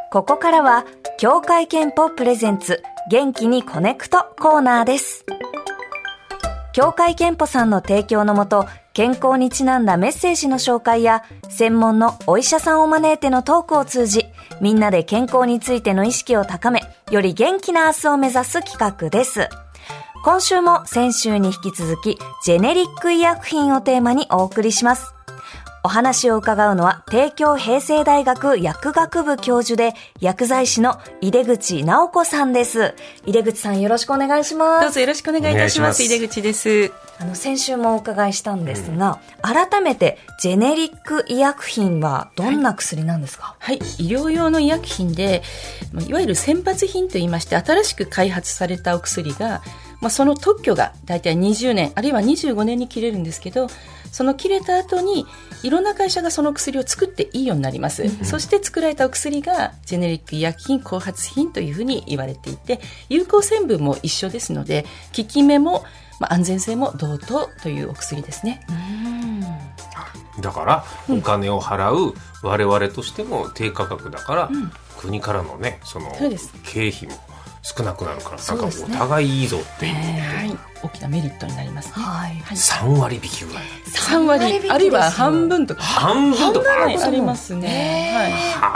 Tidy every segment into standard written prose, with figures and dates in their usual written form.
ここからは協会憲法プレゼンツ元気にコネクトコーナーです。協会憲法さんの提供のもと、健康にちなんだメッセージの紹介や専門のお医者さんを招いてのトークを通じ、みんなで健康についての意識を高め、より元気な明日を目指す企画です。今週も先週に引き続きジェネリック医薬品をテーマにお送りします。お話を伺うのは帝京平成大学薬学部教授で薬剤師の井出口直子さんです。井出口さん、よろしくお願いします。 どうぞよろしくお願いいたします。井出口です。 先週もお伺いしたんですが、改めてジェネリック医薬品はどんな薬なんですか？ はい、医療用の医薬品で、いわゆる先発品といいまして、新しく開発されたお薬が、その特許がだいたい20年あるいは25年に切れるんですけど、その切れた後にいろんな会社がその薬を作っていいようになります、そして作られたお薬がジェネリック医薬品後発品というふうに言われていて、有効成分も一緒ですので、効き目も、安全性も同等というお薬ですね。 だからお金を払う我々としても低価格だから、国からのね、その経費も少なくなるから、なんかお互いいいぞっていう、 大きなメリットになりますね。 3割引きぐらい、 3割あるいは半分とかありますね。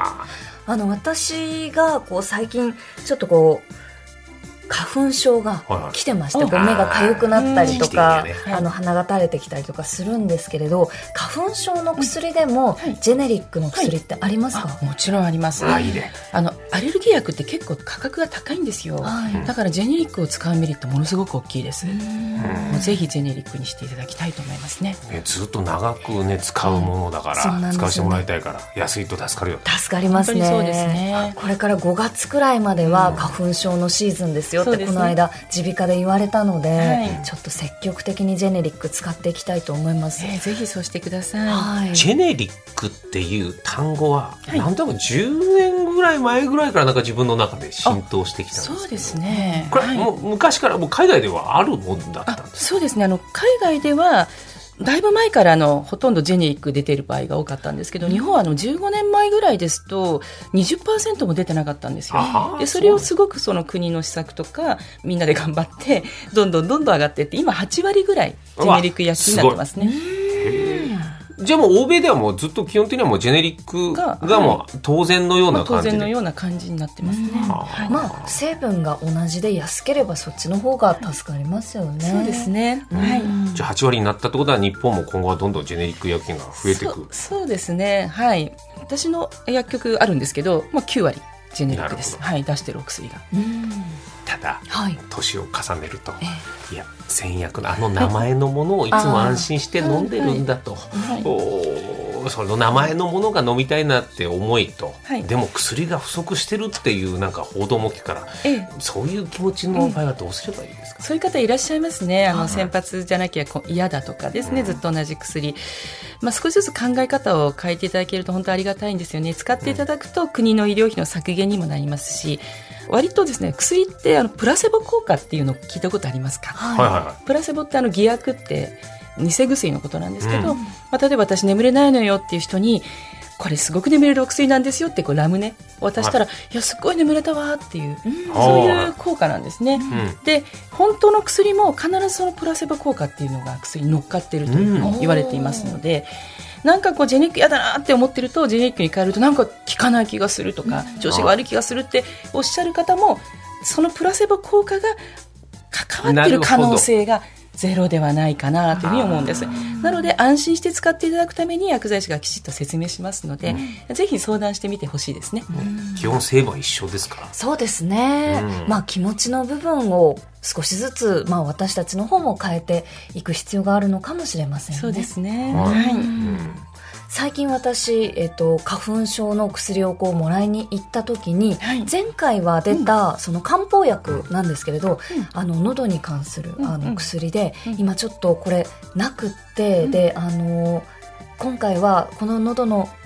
私が最近ちょっと花粉症が来てまして、目が痒くなったりとか、鼻が垂れてきたりとかするんですけれど、花粉症の薬でもジェネリックの薬ってありますか？ もちろんあります。アレルギー薬って結構価格が高いんですよ、だからジェネリックを使うメリットものすごく大きいです。もうぜひジェネリックにしていただきたいと思いますね。 ずっと長く使うものだから、使わせてもらいたいから、安いと助かるよ。 助かりますね。 本当にそうですね。 これから5月くらいまでは花粉症のシーズンですよってこの間耳鼻科で言われたので、ちょっと積極的にジェネリック使っていきたいと思います。 ぜひそうしてください。 ジェネリックっていう単語は、なんとなく10年ぐらい前ぐらいからなんか自分の中で浸透してきたんですけど。 そうですね。 これ、もう昔からもう海外ではあるもんだったんですか？ そうですね。海外ではだいぶ前からほとんどジェネリック出ている場合が多かったんですけど、日本は15年前ぐらいですと 20% も出てなかったんですよ。でそれをすごくその国の施策とかみんなで頑張ってどんどん上がっていって、今8割ぐらいジェネリック医薬品になってますね。 じゃあもう欧米ではもうずっと基本的にはもうジェネリックがもう当然のような感じで、 当然のような感じになってますね。 成分が同じで安ければそっちの方が助かりますよね。 そうですね。 じゃあ8割になったってことは、日本も今後はどんどんジェネリック医薬品が増えていく。 そうですね。私の薬局あるんですけど、9割ジェネリックです。出してるお薬が。 ただ、年を重ねると、いや先薬の名前のものをいつも安心して飲んでるんだと、その名前のものが飲みたいなって思いと、でも薬が不足してるっていうなんか報道も聞くから、そういう気持ちの場合はどうすればいいですか？ そういう方いらっしゃいますね。先発じゃなきゃ嫌だとかですね、ずっと同じ薬、少しずつ考え方を変えていただけると本当ありがたいんですよね。使っていただくと国の医療費の削減にもなりますし、割とですね、薬ってプラセボ効果っていうのを聞いたことありますか？プラセボって偽薬って偽薬のことなんですけど、例えば私眠れないのよっていう人に、これすごく眠れるお薬なんですよってラムネを渡したら、いやすっごい眠れたわっていう、そういう効果なんですね。で本当の薬も必ずそのプラセボ効果っていうのが薬に乗っかっているというふうに言われていますので、なんかジェネリック嫌だなって思ってると、ジェネリックに変えるとなんか効かない気がするとか、調子が悪い気がするっておっしゃる方も、そのプラセボ効果が関わっている可能性がゼロではないかなというふうに思うんです。なので安心して使っていただくために薬剤師がきちっと説明しますので、ぜひ相談してみてほしいですね。 基本成分は一緒ですか？ そうですね。気持ちの部分を少しずつ、私たちの方も変えていく必要があるのかもしれませんね。 そうですね。 最近私、花粉症の薬をもらいに行った時に、前回は出た、その漢方薬なんですけれど、喉に関する薬で、今ちょっとこれなくって、で今回はこの喉の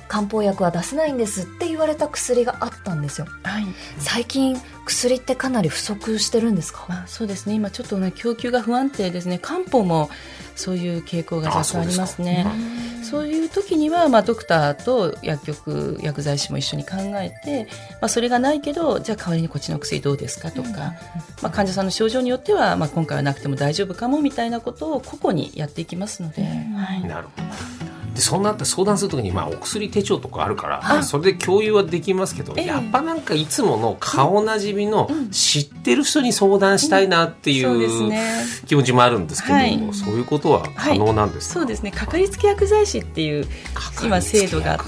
漢方薬は出せないんですって言われた薬があったんですよ。 はい、 最近薬ってかなり不足してるんですか？ そうですね、今ちょっとね供給が不安定ですね。漢方もそういう傾向が若干ありますね。そういう時には、ドクターと薬剤師も一緒に考えて、それがないけどじゃあ代わりにこっちの薬どうですかとか、患者さんの症状によっては、今回はなくても大丈夫かもみたいなことを個々にやっていきますので、 なるほど。でそんな相談するときに、お薬手帳とかあるから、それで共有はできますけど、やっぱなんかいつもの顔なじみの知ってる人に相談したいなっていう気持ちもあるんですけども、そういうことは可能なんですか？ そうですね、かかりつけ薬剤師っていう今制度があって、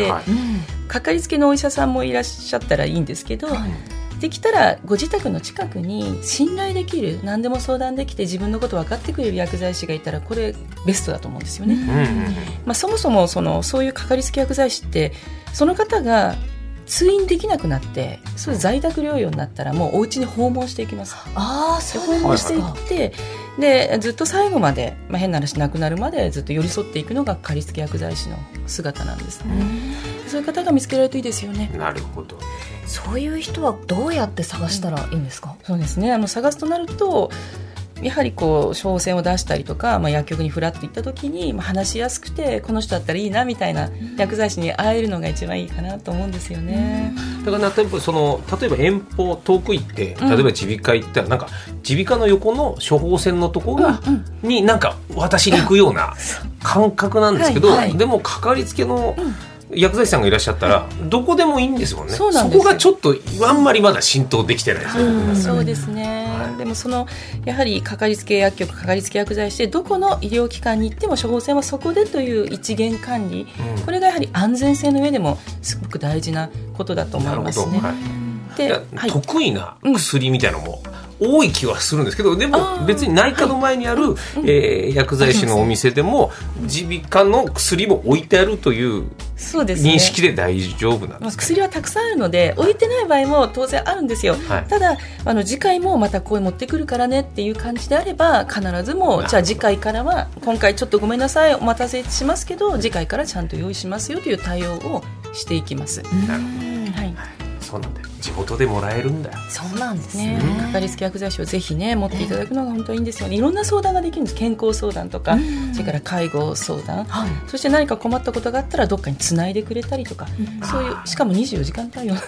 かかりつけのお医者さんもいらっしゃったらいいんですけど、できたらご自宅の近くに信頼できる、何でも相談できて自分のこと分かってくれる薬剤師がいたらこれベストだと思うんですよね。そもそもそういうかかりつけ薬剤師ってその方が通院できなくなってそういう在宅療養になったらもうお家に訪問していきます。訪問していってでずっと最後まで、変な話なくなるまでずっと寄り添っていくのがかかりつけ薬剤師の姿なんですね。そういう方が見つけられるといいですよね。 なるほど。 そういう人はどうやって探したらいいんですか？ そうですね、探すとなるとやはり処方箋を出したりとか、薬局にフラッと行った時に、話しやすくてこの人だったらいいなみたいな薬剤師に会えるのが一番いいかなと思うんですよね。 だから例えば遠方遠く行って、例えば耳鼻科行ったらなんか耳鼻科の横の処方箋のとこが、になんか渡しに行くような感覚なんですけど、でもかかりつけの薬剤師さんがいらっしゃったらどこでもいいんですもんね。そこがちょっとあんまりまだ浸透できてないですよね。 そうですね、でもやはりかかりつけ薬局かかりつけ薬剤師でどこの医療機関に行っても処方箋はそこでという一元管理、これがやはり安全性の上でもすごく大事なことだと思いますね。 で、得意な薬みたいなのも多い気はするんですけど、でも別に内科の前にある、薬剤師のお店でも耳鼻科の薬も置いてあるという認識で大丈夫なんですか？ 薬はたくさんあるので置いてない場合も当然あるんですよ。ただ次回もまたこう持ってくるからねっていう感じであれば必ずもじゃあ次回からは今回ちょっとごめんなさいお待たせしますけど次回からちゃんと用意しますよという対応をしていきます。 なるほど、そうなんだよ、地元でもらえるんだよ。 そうなんですね。 かかりつけ薬剤師をぜひね持っていただくのが本当にいいんですよね。いろんな相談ができるんです。健康相談とか、それから介護相談、そして何か困ったことがあったらどっかにつないでくれたりとか、そういうしかも24時間対応。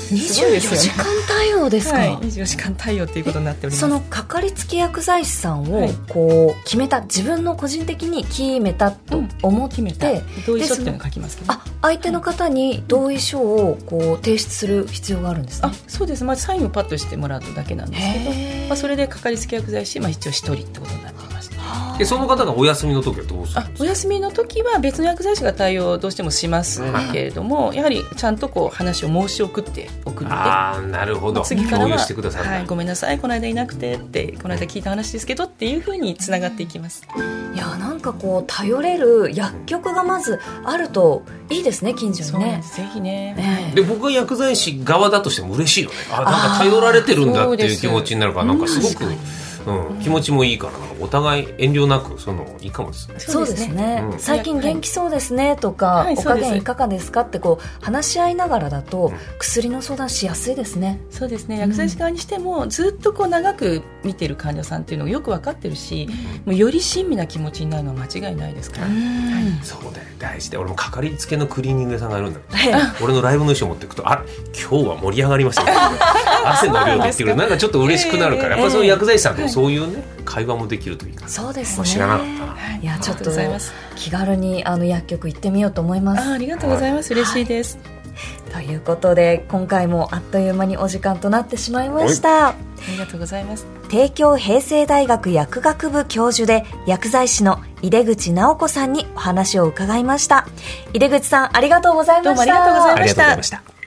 24時間対応ですか？ 24時間対応ということになっております。 そのかかりつけ薬剤師さんをこう決めた、自分の個人的に決めたと思って、 同意書っていうのを書きますけど、 相手の方に同意書をこう提出する必要があるんですね。 そうです、サインをパッとしてもらうだけなんですけど、それでかかりつけ薬剤師、一応1人ってことになっていました。 でその方がお休みの時はどうするんですか？ お休みの時は別の薬剤師が対応をどうしてもしますけれども、やはりちゃんとこう話を申し送っておくので、 なるほど、 次からは共有してください、 ごめんなさいこの間いなくてってこの間聞いた話ですけどっていうふうにつながっていきます。 いやなんかこう頼れる薬局がまずあるといいですね、近所にね。 ぜひね、 で僕が薬剤師側だとしても嬉しいよね。なんか頼られてるんだっていう気持ちになるから、なんかすごく気持ちもいいから、お互い遠慮なくいいかもですね。 そうですね、最近元気そうですねとか、お加減いかがですかってこう話し合いながらだと、薬の相談しやすいですね。 そうですね、薬剤師側にしてもずっとこう長く見てる患者さんっていうのをよく分かってるし、もうより親身な気持ちになるのは間違いないですから。 そうだよ、大事で、俺もかかりつけのクリーニング屋さんがあるんだけど、俺のライブの衣装持っていくと、今日は盛り上がりましたね汗の量で言ってくる、なんかちょっと嬉しくなるから、やっぱその薬剤師さんとそういうね、会話もできるといいかな。 そうですね、 知らなかったな。 いやちょっと気軽に薬局行ってみようと思います。 ありがとうございます、嬉しいです、 ということで今回もあっという間にお時間となってしまいました。 ありがとうございます。 帝京平成大学薬学部教授で薬剤師の井出口直子さんにお話を伺いました。井出口さんありがとうございました。 どうもありがとうございました。 ありがとうございました。